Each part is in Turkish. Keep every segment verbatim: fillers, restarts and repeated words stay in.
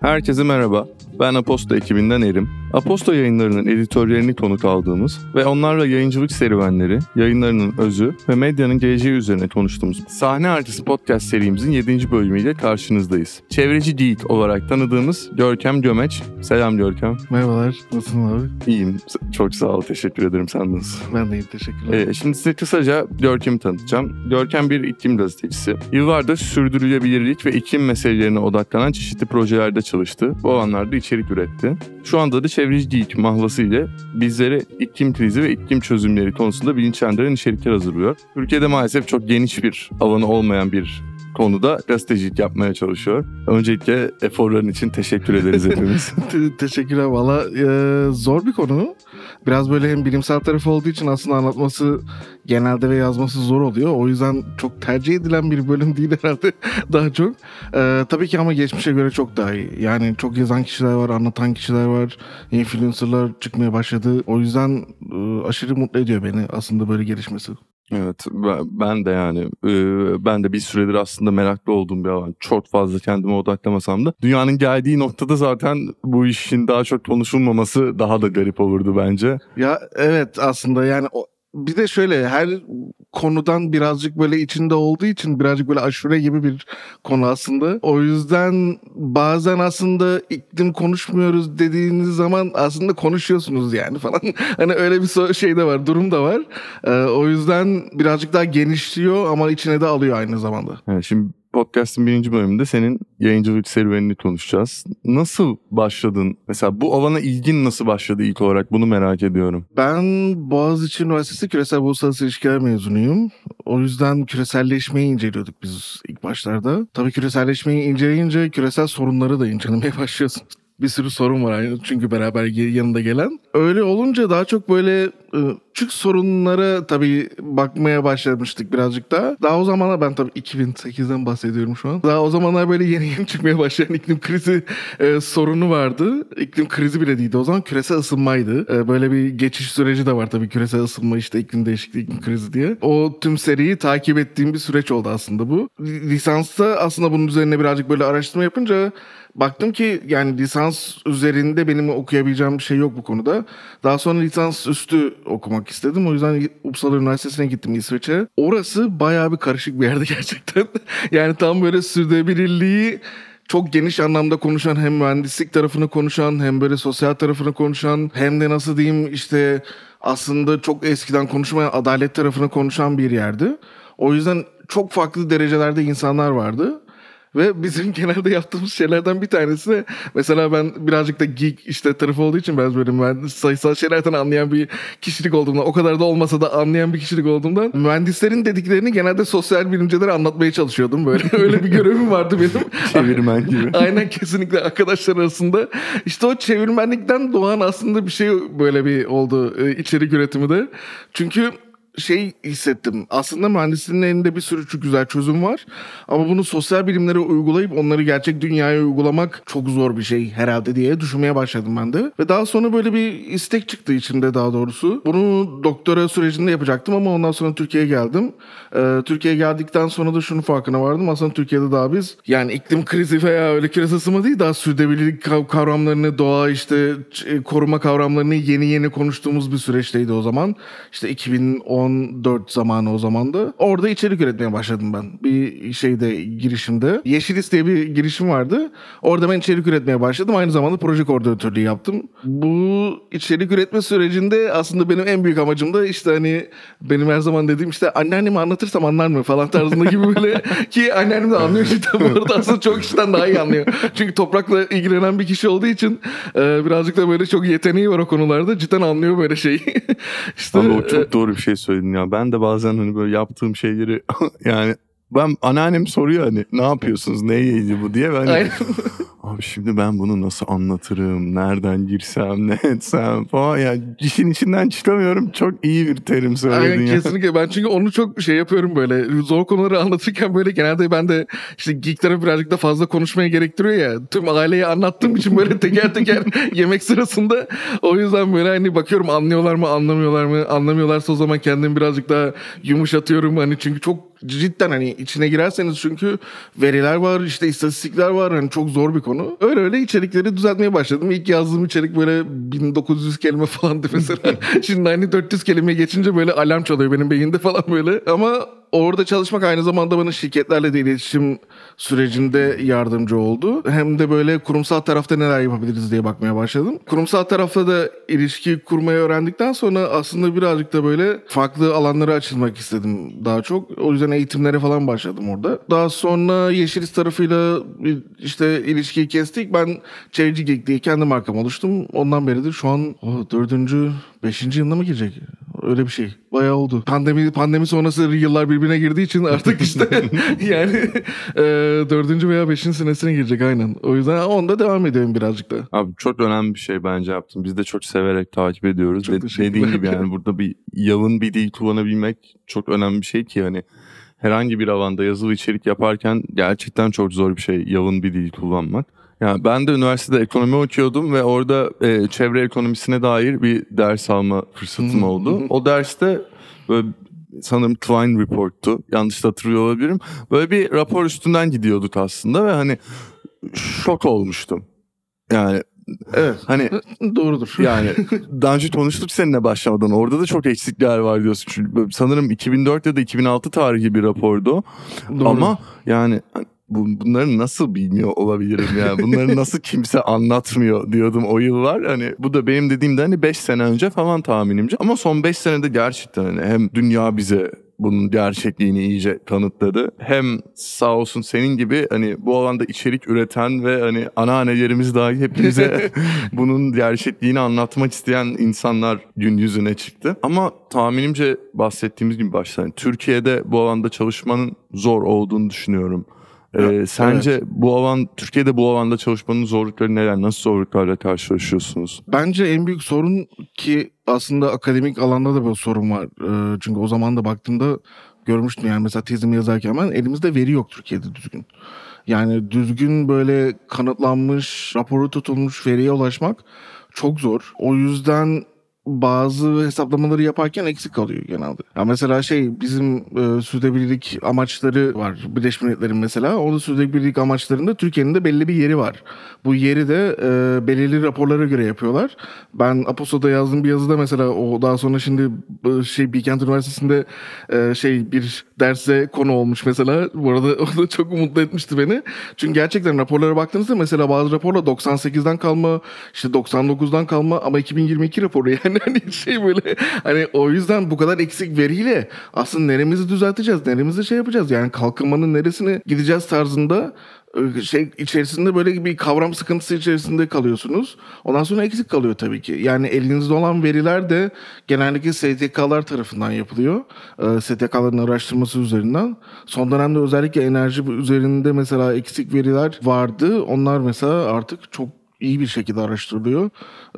Herkese merhaba, ben Aposto ekibinden Erim. Aposto yayınlarının editörlerini konuk aldığımız ve onlarla yayıncılık serüvenleri, yayınlarının özü ve medyanın geleceği üzerine konuştuğumuz Sahne Artısı Podcast serimizin yedinci bölümüyle karşınızdayız. Çevreci geek olarak tanıdığımız Görkem Gömeç. Selam Görkem. Merhabalar, nasılsın abi? İyiyim, çok sağ ol, teşekkür ederim. Sen nasılsın? Ben de iyiyim, teşekkürler. Ee, şimdi size kısaca Görkem'i tanıtacağım. Görkem bir iklim gazetecisi. Yıllardır sürdürülebilirlik ve iklim meselelerine odaklanan çeşitli projelerde çalıştı. Bu alanlarda içerik üretti. Şu anda da Çevreci Geek mahvası ile bizlere iklim krizi ve iklim çözümleri konusunda bilinçlendiren içerikler hazırlıyor. Türkiye'de maalesef çok geniş bir alanı olmayan bir konuda gazetecilik yapmaya çalışıyor. Öncelikle eforların için teşekkür ederiz hepimiz. Te- teşekkürler. Valla e, zor bir konu. Biraz böyle hem bilimsel tarafı olduğu için aslında anlatması genelde ve yazması zor oluyor. O yüzden çok tercih edilen bir bölüm değil herhalde daha çok. E, tabii ki ama geçmişe göre çok daha iyi. Yani çok yazan kişiler var, anlatan kişiler var, influencerlar çıkmaya başladı. O yüzden e, aşırı mutlu ediyor beni aslında böyle gelişmesi. Evet, ben de yani ben de bir süredir aslında meraklı olduğum bir alan. Çok fazla kendime odaklamasam da dünyanın geldiği noktada zaten bu işin daha çok konuşulmaması daha da garip olurdu bence. Ya evet, aslında yani o, bir de şöyle her konudan birazcık böyle içinde olduğu için birazcık böyle aşure gibi bir konu aslında. O yüzden bazen aslında iklim konuşmuyoruz dediğiniz zaman aslında konuşuyorsunuz yani falan. Hani öyle bir şey de var, durum da var. Ee, o yüzden birazcık daha genişliyor ama içine de alıyor aynı zamanda. Evet, şimdi podcast'ın birinci bölümünde senin yayıncılık serüvenini konuşacağız. Nasıl başladın? Mesela bu alana ilgin nasıl başladı ilk olarak? Bunu merak ediyorum. Ben Boğaziçi Üniversitesi Küresel Uluslararası İlişkiler mezunuyum. O yüzden küreselleşmeyi inceliyorduk biz ilk başlarda. Tabii küreselleşmeyi inceleyince küresel sorunları da incelemeye başlıyorsunuz. Bir sürü sorun var aynı çünkü beraber yanında gelen. Öyle olunca daha çok böyle küçük sorunlara tabii bakmaya başlamıştık birazcık daha. Daha o zamanlar ben tabii iki bin sekizden bahsediyorum şu an. Daha o zamanlar böyle yeni yeni çıkmaya başlayan iklim krizi e, sorunu vardı. İklim krizi bile değildi o zaman, küresel ısınmaydı. E, böyle bir geçiş süreci de var tabii, küresel ısınma işte iklim değişikliği, iklim krizi diye. O tüm seriyi takip ettiğim bir süreç oldu aslında bu. Lisansta aslında bunun üzerine birazcık böyle araştırma yapınca baktım ki yani lisans üzerinde benim okuyabileceğim bir şey yok bu konuda. Daha sonra lisans üstü okumak istedim. O yüzden Uppsala Üniversitesi'ne gittim, İsveç'e. Orası bayağı bir karışık bir yerde gerçekten. Yani tam böyle sürdürülebilirliği çok geniş anlamda konuşan, hem mühendislik tarafını konuşan, hem böyle sosyal tarafını konuşan, hem de nasıl diyeyim işte aslında çok eskiden konuşmayan adalet tarafını konuşan bir yerdi. O yüzden çok farklı derecelerde insanlar vardı. Ve bizim genelde yaptığımız şeylerden bir tanesi de mesela ben birazcık da geek işte tarafı olduğu için biraz böyle mühendis sayısal şeylerden anlayan bir kişilik olduğumdan, o kadar da olmasa da anlayan bir kişilik olduğumdan mühendislerin dediklerini genelde sosyal bilimcilere anlatmaya çalışıyordum böyle. Öyle bir görevim vardı benim. Çevirmen gibi. Aynen, kesinlikle arkadaşlar arasında. İşte o çevirmenlikten doğan aslında bir şey böyle bir oldu içerik üretimi de. Çünkü şey hissettim. Aslında mühendislerin elinde bir sürü çok güzel çözüm var. Ama bunu sosyal bilimlere uygulayıp onları gerçek dünyaya uygulamak çok zor bir şey herhalde diye düşünmeye başladım ben de. Ve daha sonra böyle bir istek çıktı içimde, daha doğrusu. Bunu doktora sürecinde yapacaktım ama ondan sonra Türkiye'ye geldim. Ee, Türkiye'ye geldikten sonra da şunun farkına vardım. Aslında Türkiye'de daha biz yani iklim krizi veya öyle küresel ısınma değil, daha sürdürülebilirlik kavramlarını, doğa işte koruma kavramlarını yeni yeni konuştuğumuz bir süreçteydi o zaman. İşte iki bin on dört zamanı o zaman da. Orada içerik üretmeye başladım ben. Bir şeyde, girişimde. Yeşilis diye bir girişim vardı. Orada ben içerik üretmeye başladım. Aynı zamanda proje koordinatörlüğü yaptım. Bu içerik üretme sürecinde aslında benim en büyük amacım da işte hani benim her zaman dediğim işte anneanneme anlatırsam anlar mı falan tarzında gibi böyle ki anneannem de anlıyor cidden bu arada, aslında çok kişiden daha iyi anlıyor. Çünkü toprakla ilgilenen bir kişi olduğu için e, birazcık da böyle çok yeteneği var o konularda. Cidden anlıyor böyle şeyi. İşte, Abi o çok e, doğru bir şey söyledin ya. Ben de bazen hani böyle yaptığım şeyleri yani ben anneannem soruyor hani ne yapıyorsunuz, ne yiyeceği bu diye. Ben hani, abi şimdi ben bunu nasıl anlatırım, nereden girsem, ne etsem falan. Yani işin içinden çıkamıyorum. Çok iyi bir terim söyledin. Aynen, ya. Kesinlikle. Ben çünkü onu çok şey yapıyorum böyle. Zor konuları anlatırken böyle genelde ben de işte geek tarafı birazcık da fazla konuşmaya gerektiriyor ya. Tüm aileye anlattığım için böyle teker teker yemek sırasında. O yüzden böyle hani bakıyorum anlıyorlar mı, anlamıyorlar mı? Anlamıyorlarsa o zaman kendimi birazcık daha yumuşatıyorum. Hani çünkü çok cidden hani içine girerseniz çünkü veriler var, işte istatistikler var. Hani çok zor bir konu. Öyle öyle içerikleri düzeltmeye başladım. İlk yazdığım içerik böyle bin dokuz yüz kelime falandı mesela. Şimdi hani dört yüz kelimeye geçince böyle alarm çalıyor benim beyinde falan böyle. Ama orada çalışmak aynı zamanda bana şirketlerle de iletişim sürecinde yardımcı oldu. Hem de böyle kurumsal tarafta neler yapabiliriz diye bakmaya başladım. Kurumsal tarafta da ilişki kurmayı öğrendikten sonra aslında birazcık da böyle farklı alanlara açılmak istedim daha çok. O yüzden eğitimlere falan başladım orada. Daha sonra Yeşiliz tarafıyla işte ilişkiyi kestik. Ben Çevreci Geek diye kendi markam oluştum. Ondan beridir şu an o, dördüncü, beşinci yılına mı girecek? Öyle bir şey. Bayağı oldu. Pandemi pandemi sonrası yıllar birbirine girdiği için artık işte yani e, dördüncü veya beşinci senesine girecek aynen. O yüzden onda devam ediyorum birazcık da. Abi çok önemli bir şey bence yaptın. Biz de çok severek takip ediyoruz. Çok Ve dediğin gibi yani burada bir yalın bir dil kullanabilmek çok önemli bir şey ki hani herhangi bir alanda yazılı içerik yaparken gerçekten çok zor bir şey yalın bir dil kullanmak. Yani ben de üniversitede ekonomi okuyordum ve orada e, çevre ekonomisine dair bir ders alma fırsatım oldu. O derste böyle sanırım Klein Report'tu. Yanlış da hatırlıyor olabilirim. Böyle bir rapor üstünden gidiyorduk aslında ve hani şok olmuştum. Yani evet. Hani doğrudur. Yani daha önce konuştuk seninle başlamadan. Orada da çok eksikler var diyorsun. Çünkü sanırım iki bin dört ya da iki bin altı tarihi bir rapordu. Doğru. Ama yani bu, bunları nasıl bilmiyor olabilirim yani. Bunları nasıl kimse anlatmıyor diyordum o yıllar. Hani bu da benim dediğimde hani beş sene önce falan tahminimce. Ama son beş senede gerçekten hani hem dünya bize bunun gerçekliğini iyice kanıtladı. Hem sağ olsun senin gibi hani bu alanda içerik üreten ve hani anneannelerimiz dahi hepimize bunun gerçekliğini anlatmak isteyen insanlar gün yüzüne çıktı. Ama tahminimce bahsettiğimiz gibi başta hani Türkiye'de bu alanda çalışmanın zor olduğunu düşünüyorum. Ee, sence evet. bu alan Türkiye'de bu alanda çalışmanın zorlukları neler? Nasıl zorluklarla karşılaşıyorsunuz? Bence en büyük sorun ki aslında akademik alanda da böyle sorun var. Ee, çünkü o zaman da baktığımda görmüştüm yani mesela tezimi yazarken ben elimizde veri yok Türkiye'de düzgün. Yani düzgün böyle kanıtlanmış, raporu tutulmuş veriye ulaşmak çok zor. O yüzden bazı hesaplamaları yaparken eksik kalıyor genelde. Ya mesela şey bizim e, sürdürülebilirlik amaçları var. Birleşmiş Milletler'in mesela. Onun sürdürülebilirlik amaçlarında Türkiye'nin de belli bir yeri var. Bu yeri de e, belirli raporlara göre yapıyorlar. Ben Aposto'da yazdığım bir yazıda mesela o daha sonra şimdi e, şey Bilkent Üniversitesi'nde e, şey bir derse konu olmuş mesela. Bu arada o da çok mutlu etmişti beni. Çünkü gerçekten raporlara baktığınızda mesela bazı raporlar doksan sekizden kalma, işte doksan dokuzdan kalma ama iki bin yirmi iki raporu yani hani şey böyle hani o yüzden bu kadar eksik veriyle aslında neremizi düzelteceğiz, neremizi şey yapacağız yani kalkınmanın neresine gideceğiz tarzında şey içerisinde böyle bir kavram sıkıntısı içerisinde kalıyorsunuz. Ondan sonra eksik kalıyor tabii ki. Yani elinizde olan veriler de genellikle S T K'lar tarafından yapılıyor. S T K'ların araştırması üzerinden. Son dönemde özellikle enerji üzerinde mesela eksik veriler vardı. Onlar mesela artık çok iyi bir şekilde araştırılıyor.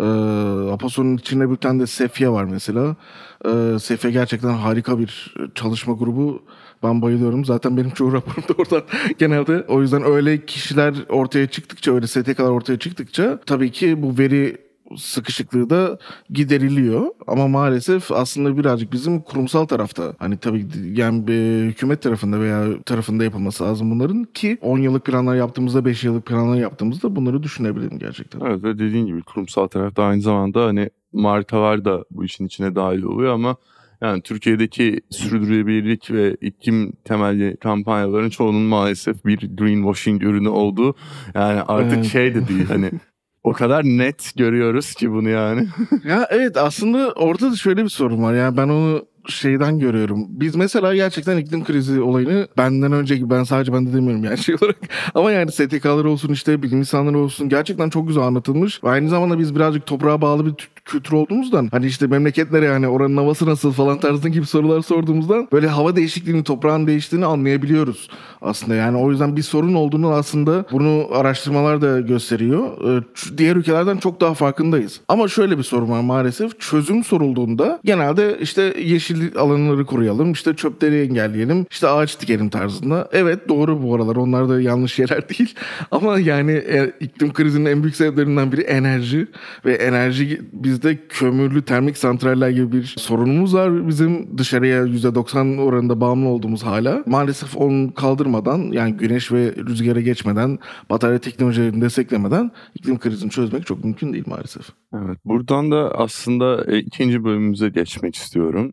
Ee, Aposto'nun içinde bir tane de Sefya var mesela. Ee, Sefya gerçekten harika bir çalışma grubu. Ben bayılıyorum. Zaten benim çoğu raporum da oradan genelde. O yüzden öyle kişiler ortaya çıktıkça, öyle S T K'lar ortaya çıktıkça tabii ki bu veri sıkışıklığı da gideriliyor. Ama maalesef aslında birazcık bizim kurumsal tarafta hani tabii yani bir hükümet tarafında veya tarafında yapılması lazım bunların ki on yıllık planlar yaptığımızda beş yıllık planlar yaptığımızda bunları düşünebilirim gerçekten. Evet ve dediğin gibi kurumsal tarafta aynı zamanda hani markalar da bu işin içine dahil oluyor ama yani Türkiye'deki sürdürülebilirlik ve iklim temelli kampanyaların çoğunun maalesef bir greenwashing ürünü olduğu yani artık evet. şey de değil hani o kadar net görüyoruz ki bunu yani. Ya evet aslında orada da şöyle bir sorun var yani ben onu şeyden görüyorum. Biz mesela gerçekten iklim krizi olayını benden önceki ben sadece ben de demiyorum yani şey olarak ama yani S T K'lar olsun işte bilim insanları olsun gerçekten çok güzel anlatılmış. Ve aynı zamanda biz birazcık toprağa bağlı bir kültür olduğumuzdan hani işte memleketlere yani oranın havası nasıl falan tarzında gibi sorular sorduğumuzdan böyle hava değişikliğini toprağın değiştiğini anlayabiliyoruz aslında yani o yüzden bir sorun olduğunu aslında bunu araştırmalar da gösteriyor. Diğer ülkelerden çok daha farkındayız. Ama şöyle bir sorun var maalesef çözüm sorulduğunda genelde işte yeşil yeşil alanları koruyalım, işte çöpleri engelleyelim, işte ağaç dikelim tarzında. Evet, doğru bu aralar, onlar da yanlış şeyler değil. Ama yani e, iklim krizinin en büyük sebeplerinden biri enerji ve enerji, bizde kömürlü termik santraller gibi bir sorunumuz var. Bizim dışarıya yüzde doksan oranında bağımlı olduğumuz hala. Maalesef onu kaldırmadan, yani güneş ve rüzgara geçmeden, batarya teknolojilerini desteklemeden iklim krizini çözmek çok mümkün değil maalesef. Evet, buradan da aslında e, ikinci bölümümüze geçmek istiyorum.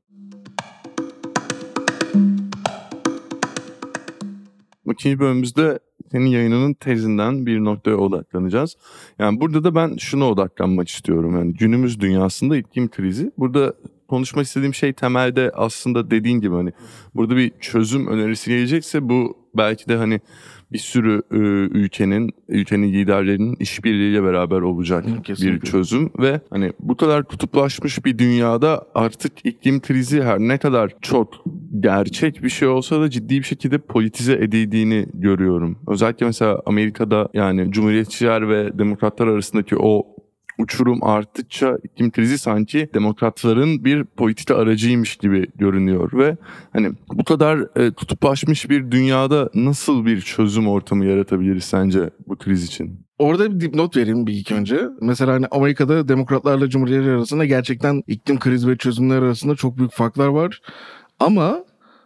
İkinci bölümümüzde senin yayınının tezinden bir noktaya odaklanacağız. Yani burada da ben şuna odaklanmak istiyorum. Yani günümüz dünyasında iklim krizi. Burada konuşmak istediğim şey temelde aslında dediğin gibi hani burada bir çözüm önerisi gelecekse bu belki de hani bir sürü e, ülkenin, ülkenin liderlerinin işbirliğiyle beraber olacak Kesinlikle. bir çözüm ve hani bu kadar kutuplaşmış bir dünyada artık iklim krizi her ne kadar çok gerçek bir şey olsa da ciddi bir şekilde politize edildiğini görüyorum. Özellikle mesela Amerika'da yani Cumhuriyetçiler ve Demokratlar arasındaki o uçurum arttıkça iklim krizi sanki demokratların bir politika aracıymış gibi görünüyor ve hani bu kadar e, kutuplaşmış bir dünyada nasıl bir çözüm ortamı yaratabiliriz sence bu kriz için? Orada bir dipnot vereyim bir ilk önce. Mesela hani Amerika'da demokratlarla cumhuriyetçiler arasında gerçekten iklim krizi ve çözümler arasında çok büyük farklar var. Ama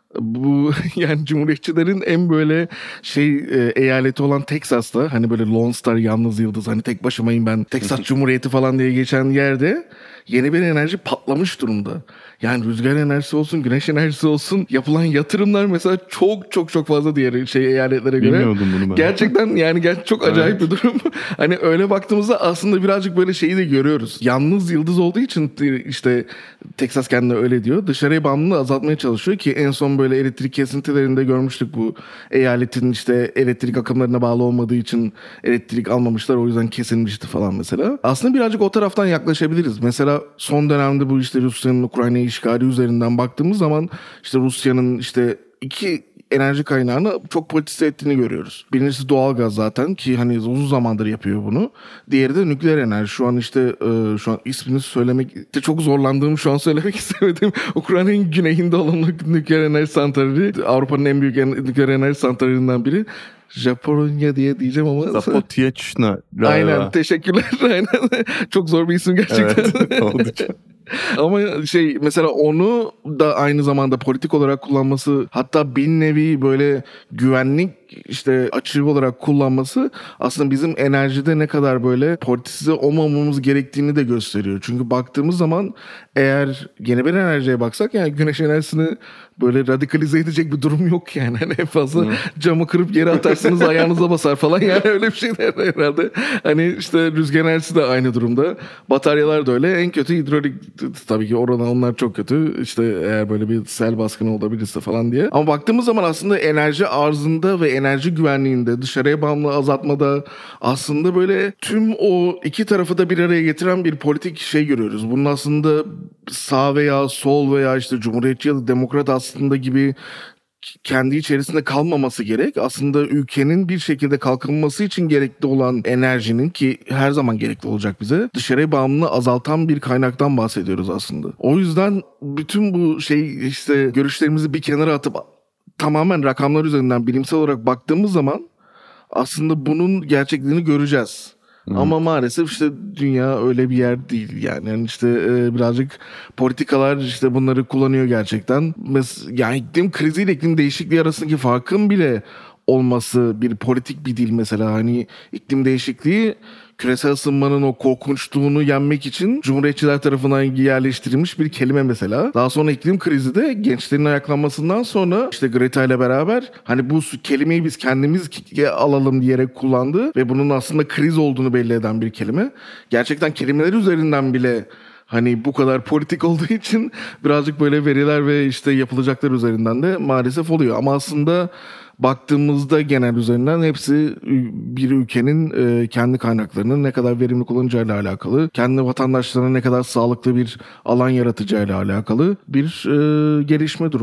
bu yani cumhuriyetçilerin en böyle şey e, eyaleti olan Texas'ta, hani böyle Lone Star, yalnız yıldız, hani tek başımayım ben, Texas Cumhuriyeti falan diye geçen yerde yeni bir enerji patlamış durumda. Yani rüzgar enerjisi olsun, güneş enerjisi olsun, yapılan yatırımlar mesela çok çok çok fazla diğer şey eyaletlere göre. Bilmiyordum bunu ben. Gerçekten yani ger- çok acayip Evet. bir durum. Hani öyle baktığımızda aslında birazcık böyle şeyi de görüyoruz. Yalnız yıldız olduğu için işte Texas kendine öyle diyor. Dışarıya bağımlılığı azaltmaya çalışıyor ki en son böyle elektrik kesintilerinde görmüştük, bu eyaletin işte elektrik akımlarına bağlı olmadığı için elektrik almamışlar, o yüzden kesilmişti falan mesela. Aslında birazcık o taraftan yaklaşabiliriz. Mesela son dönemde bu işte Rusya'nın Ukrayna'yı işgali üzerinden baktığımız zaman işte Rusya'nın işte iki enerji kaynağını çok politize ettiğini görüyoruz. Birincisi doğalgaz zaten, ki hani uzun zamandır yapıyor bunu. Diğeri de nükleer enerji. Şu an işte e, şu an ismini söylemek işte çok zorlandığım, şu an söylemek istemedim. Ukrayna'nın güneyinde olan nükleer enerji santrali, Avrupa'nın en büyük en- nükleer enerji santralinden biri. Japonya diye diyeceğim ama... Zapotiyeçna galiba. Aynen, teşekkürler. Aynen. Çok zor bir isim gerçekten. Evet, oldukça. Ama şey mesela onu da aynı zamanda politik olarak kullanması, hatta bir nevi böyle güvenlik işte açığı olarak kullanması aslında bizim enerjide ne kadar böyle politize olmamamız gerektiğini de gösteriyor. Çünkü baktığımız zaman eğer yeni bir enerjiye baksak, yani güneş enerjisini böyle radikalize edecek bir durum yok yani. Hani en fazla camı kırıp yere atarsınız, ayağınıza basar falan, yani öyle bir şey de herhalde. Hani işte rüzgar enerjisi de aynı durumda. Bataryalar da öyle. En kötü hidrolik, tabii ki orada onlar çok kötü. İşte eğer böyle bir sel baskını olabilirse falan diye. Ama baktığımız zaman aslında enerji arzında ve enerji güvenliğinde, dışarıya bağımlılığı azaltmada aslında böyle tüm o iki tarafı da bir araya getiren bir politik şey görüyoruz. Bunun aslında sağ veya sol veya işte cumhuriyetçi ya da demokrat aslında gibi kendi içerisinde kalmaması gerek. Aslında ülkenin bir şekilde kalkınması için gerekli olan enerjinin, ki her zaman gerekli olacak bize, dışarıya bağımlılığı azaltan bir kaynaktan bahsediyoruz aslında. O yüzden bütün bu şey işte görüşlerimizi bir kenara atıp tamamen rakamlar üzerinden bilimsel olarak baktığımız zaman aslında bunun gerçekliğini göreceğiz. Hı. Ama maalesef işte dünya öyle bir yer değil yani. Yani işte e, birazcık politikalar işte bunları kullanıyor gerçekten. Mes- yani iklim kriziyle iklim değişikliği arasındaki farkın bile olması bir politik bir dil mesela. Hani iklim değişikliği küresel ısınmanın o korkunçluğunu yenmek için Cumhuriyetçiler tarafından yerleştirilmiş bir kelime mesela. Daha sonra iklim krizi de gençlerin ayaklanmasından sonra işte Greta ile beraber hani bu kelimeyi biz kendimiz alalım diyerek kullandı ve bunun aslında kriz olduğunu belli eden bir kelime. Gerçekten kelimeler üzerinden bile hani bu kadar politik olduğu için birazcık böyle veriler ve işte yapılacaklar üzerinden de maalesef oluyor. Ama aslında baktığımızda genel üzerinden hepsi bir ülkenin kendi kaynaklarının ne kadar verimli kullanacağıyla alakalı, kendi vatandaşlarına ne kadar sağlıklı bir alan yaratacağıyla alakalı bir gelişme durumu.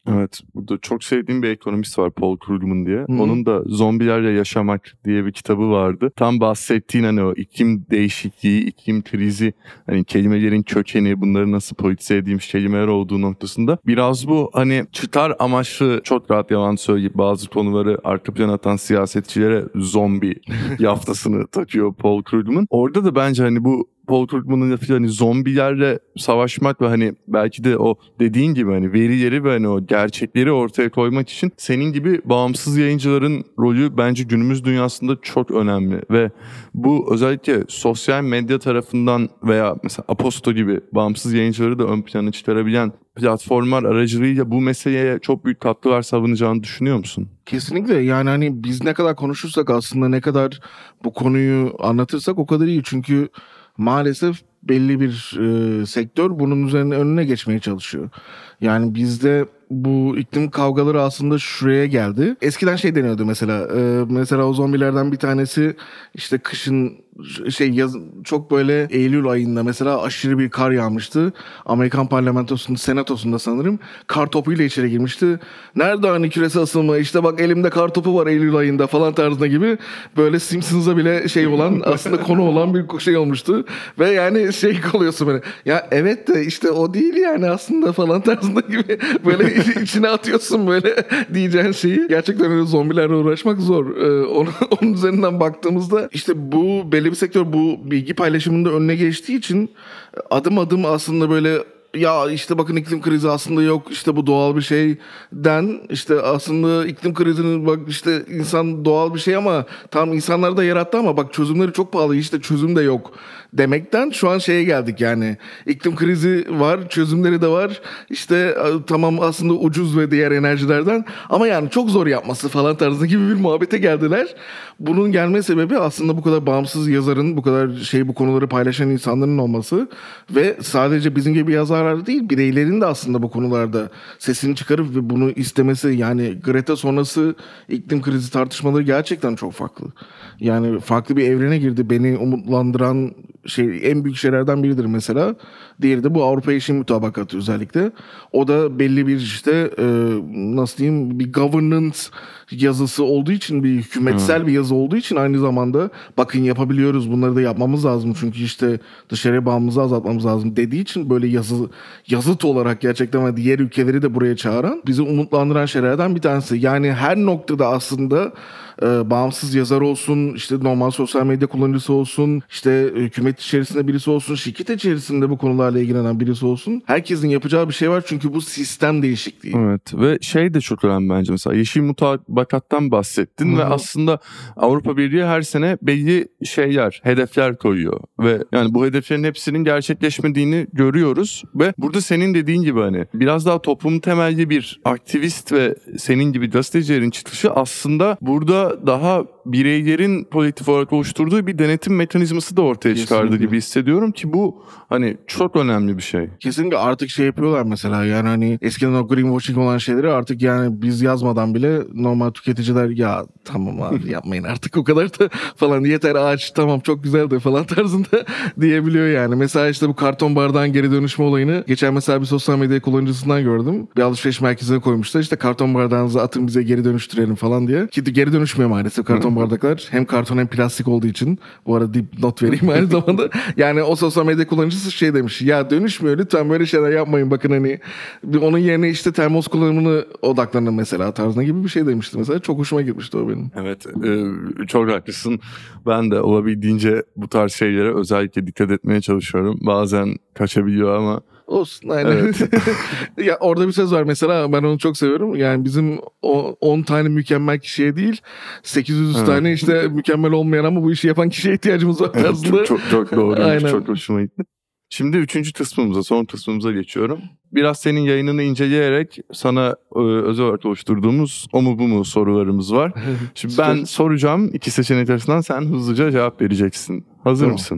Evet, burada çok sevdiğim bir ekonomist var, Paul Krugman diye. Hı. Onun da Zombilerle Yaşamak diye bir kitabı vardı. Tam bahsettiğin hani o iklim değişikliği, iklim krizi, hani kelimelerin kökeni, bunları nasıl politize edilmiş kelimeler olduğu noktasında biraz bu hani çıkar amaçlı, çok rahat yalan söyleyip bazı konuları arka plana atan siyasetçilere zombi yaftasını takıyor Paul Krugman. Orada da bence hani bu Paul Krugman'ın lafı hani zombilerle savaşmak ve hani belki de o dediğin gibi hani verileri ve hani o gerçekleri ortaya koymak için senin gibi bağımsız yayıncıların rolü bence günümüz dünyasında çok önemli ve bu özellikle sosyal medya tarafından veya mesela Aposto gibi bağımsız yayıncıları da ön plana çıkarabilen platformlar aracılığıyla bu meseleye çok büyük katkılar sağlanacağını düşünüyor musun? Kesinlikle, yani hani biz ne kadar konuşursak aslında, ne kadar bu konuyu anlatırsak o kadar iyi. Çünkü maalesef belli bir e, sektör bunun üzerine önüne geçmeye çalışıyor. Yani bizde bu iklim kavgaları aslında şuraya geldi. Eskiden şey deniyordu mesela. E, mesela o zombilerden bir tanesi işte kışın şey yaz, çok böyle Eylül ayında mesela aşırı bir kar yağmıştı. Amerikan parlamentosunda, senatosunda sanırım kar topuyla içeri girmişti. Nerede hani küresel ısınma, işte bak elimde kar topu var Eylül ayında falan tarzında gibi böyle Simpsons'a bile şey olan, aslında konu olan bir şey olmuştu. Ve yani şey oluyorsun böyle, ya evet de işte o değil yani aslında falan tarzında gibi böyle içine atıyorsun böyle diyeceğin şeyi. Gerçekten öyle zombilerle uğraşmak zor. Ee, onun, onun üzerinden baktığımızda işte bu belli bir sektör bu bilgi paylaşımında önüne geçtiği için adım adım aslında böyle, ya işte bakın iklim krizi aslında yok, işte bu doğal bir şeyden, işte aslında iklim krizinin bak işte insan doğal bir şey ama tam insanlar da yarattı ama bak çözümleri çok pahalı, işte çözüm de yok demekten şu an şeye geldik yani. İklim krizi var, çözümleri de var. İşte tamam aslında ucuz ve diğer enerjilerden ama yani çok zor yapması falan tarzı gibi bir muhabbete geldiler. Bunun gelme sebebi aslında bu kadar bağımsız yazarın, bu kadar şey bu konuları paylaşan insanların olması ve sadece bizim gibi yazarlar değil, bireylerin de aslında bu konularda sesini çıkarıp ve bunu istemesi. Yani Greta sonrası iklim krizi tartışmaları gerçekten çok farklı. Yani farklı bir evrene girdi. Beni umutlandıran şey, en büyük şeylerden biridir mesela. Diğeri de bu Avrupa Yeşil Mutabakatı özellikle. O da belli bir işte e, nasıl diyeyim, bir governance yazısı olduğu için, bir hükümetsel Hmm. bir yazı olduğu için aynı zamanda bakın yapabiliyoruz, bunları da yapmamız lazım çünkü işte dışarıya bağımlılığı azaltmamız lazım dediği için böyle yazı yazıt olarak gerçekten ve diğer ülkeleri de buraya çağıran, bizi umutlandıran şeylerden bir tanesi. Yani her noktada aslında e, bağımsız yazar olsun, işte normal sosyal medya kullanıcısı olsun, işte hükümet içerisinde birisi olsun, şirket içerisinde bu konularla ilgilenen birisi olsun. Herkesin yapacağı bir şey var çünkü bu sistem değişikliği. Evet ve şey de çok önemli bence, mesela Yeşil Mutabakat'tan bahsettin. Hı-hı. Ve aslında Avrupa Birliği her sene belli şeyler, hedefler koyuyor ve yani bu hedeflerin hepsinin gerçekleşmediğini görüyoruz ve burada senin dediğin gibi hani biraz daha toplum temelli bir aktivist ve senin gibi gazetecilerin çıkışı aslında burada daha bireylerin politik olarak oluşturduğu bir denetim mekanizması da ortaya çıkardı Kesinlikle. gibi hissediyorum ki bu hani çok önemli bir şey. Kesinlikle artık şey yapıyorlar mesela, yani hani eskiden o greenwashing olan şeyleri artık yani biz yazmadan bile normal tüketiciler ya tamam abi yapmayın artık o kadar da falan, yeter ağaç tamam çok güzel de falan tarzında diyebiliyor yani. Mesela işte bu karton bardağın geri dönüşme olayını geçen mesela bir sosyal medya kullanıcısından gördüm. Bir alışveriş merkezine koymuşlar, işte karton bardağınızı atın bize geri dönüştürelim falan diye. Ki geri dönüşmüyor maalesef karton bardaklar. Hem karton hem plastik olduğu için. Bu arada dipnot vereyim aynı zamanda. Yani o sosyal medya kullanıcısı şey demiş. Ya dönüşmüyor, lütfen böyle şeyler yapmayın. Bakın hani onun yerine işte termos kullanımını odaklanın mesela tarzına gibi bir şey demişti mesela. Çok hoşuma gitmişti o benim. Evet, e, çok haklısın. Ben de olabildiğince bu tarz şeylere özellikle dikkat etmeye çalışıyorum. Bazen kaçabiliyor ama Olsun aynen. evet. Ya orada bir söz var mesela, ben onu çok seviyorum. Yani bizim on tane mükemmel kişiye değil sekiz yüz Evet. tane işte mükemmel olmayan ama bu işi yapan kişiye ihtiyacımız var Evet, tarzında. çok, çok, çok doğruymuş. Aynen. Çok hoşuma gitti. Şimdi üçüncü kısmımıza, son kısmımıza geçiyorum. Biraz senin yayınını inceleyerek sana e, özel olarak oluşturduğumuz o mu bu mu sorularımız var. Şimdi ben Süper. soracağım, iki seçenek arasından sen hızlıca cevap vereceksin. Hazır Tamam. mısın?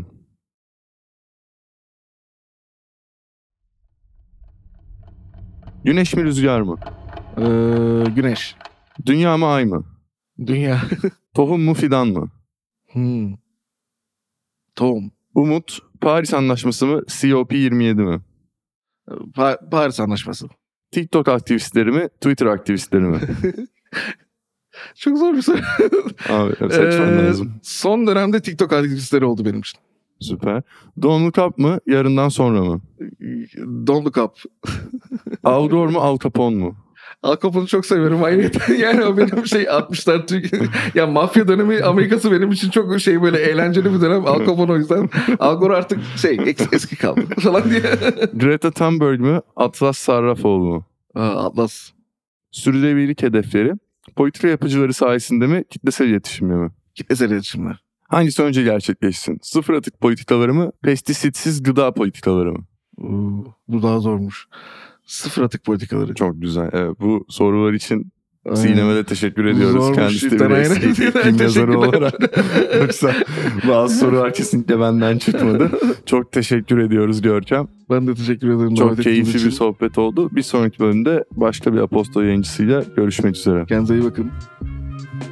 Güneş mi rüzgar mı? Ee, güneş. Dünya mı ay mı? Dünya. Tohum mu fidan mı? hmm. Tohum. Umut, Paris Anlaşması mı, C O P yirmi yedi mi? Pa- Paris Anlaşması. TikTok aktivistleri mi, Twitter aktivistleri mi? Çok zor bir soru. Abi seçmen Ee, lazım. Son dönemde TikTok aktivistleri oldu benim için. Süper. Don't Look Up mı, yarından sonra mı? Don't Look Up. Al Gore mu, Al Capone mu? Al Capone'u çok severim ayrıca. Yani o benim şey altmışlar Türkiye. Ya mafya dönemi Amerikası benim için çok şey böyle eğlenceli bir dönem. Al Capone o yüzden. Al Gore artık şey es- eski kaldı falan diye. Greta Thunberg mi, Atlas Sarrafoğlu mu? Aa, Atlas. Sürdürülebilirlik hedefleri, politika yapıcıları sayesinde mi, kitlesel iletişimle mi? Kitlesel iletişimler. Hangisi önce gerçekleşsin? Sıfır atık politikaları mı, pestisitsiz gıda politikaları mı? Oo, bu daha zormuş. Sıfır atık politikaları. Çok güzel. Evet, bu sorular için Aynen. Sinem'e de teşekkür ediyoruz. Zormuş Kendisi de cidden, bir aynen. eski film yazarı Teşekkürler. olarak. Yoksa bazı sorular kesinlikle benden çıkmadı. Çok teşekkür ediyoruz Görkem. Ben de teşekkür ederim. Çok davet ettiğiniz keyifli bir için. sohbet oldu. Bir sonraki bölümde başka bir Aposto yayıncısıyla görüşmek üzere. Kendinize iyi bakın.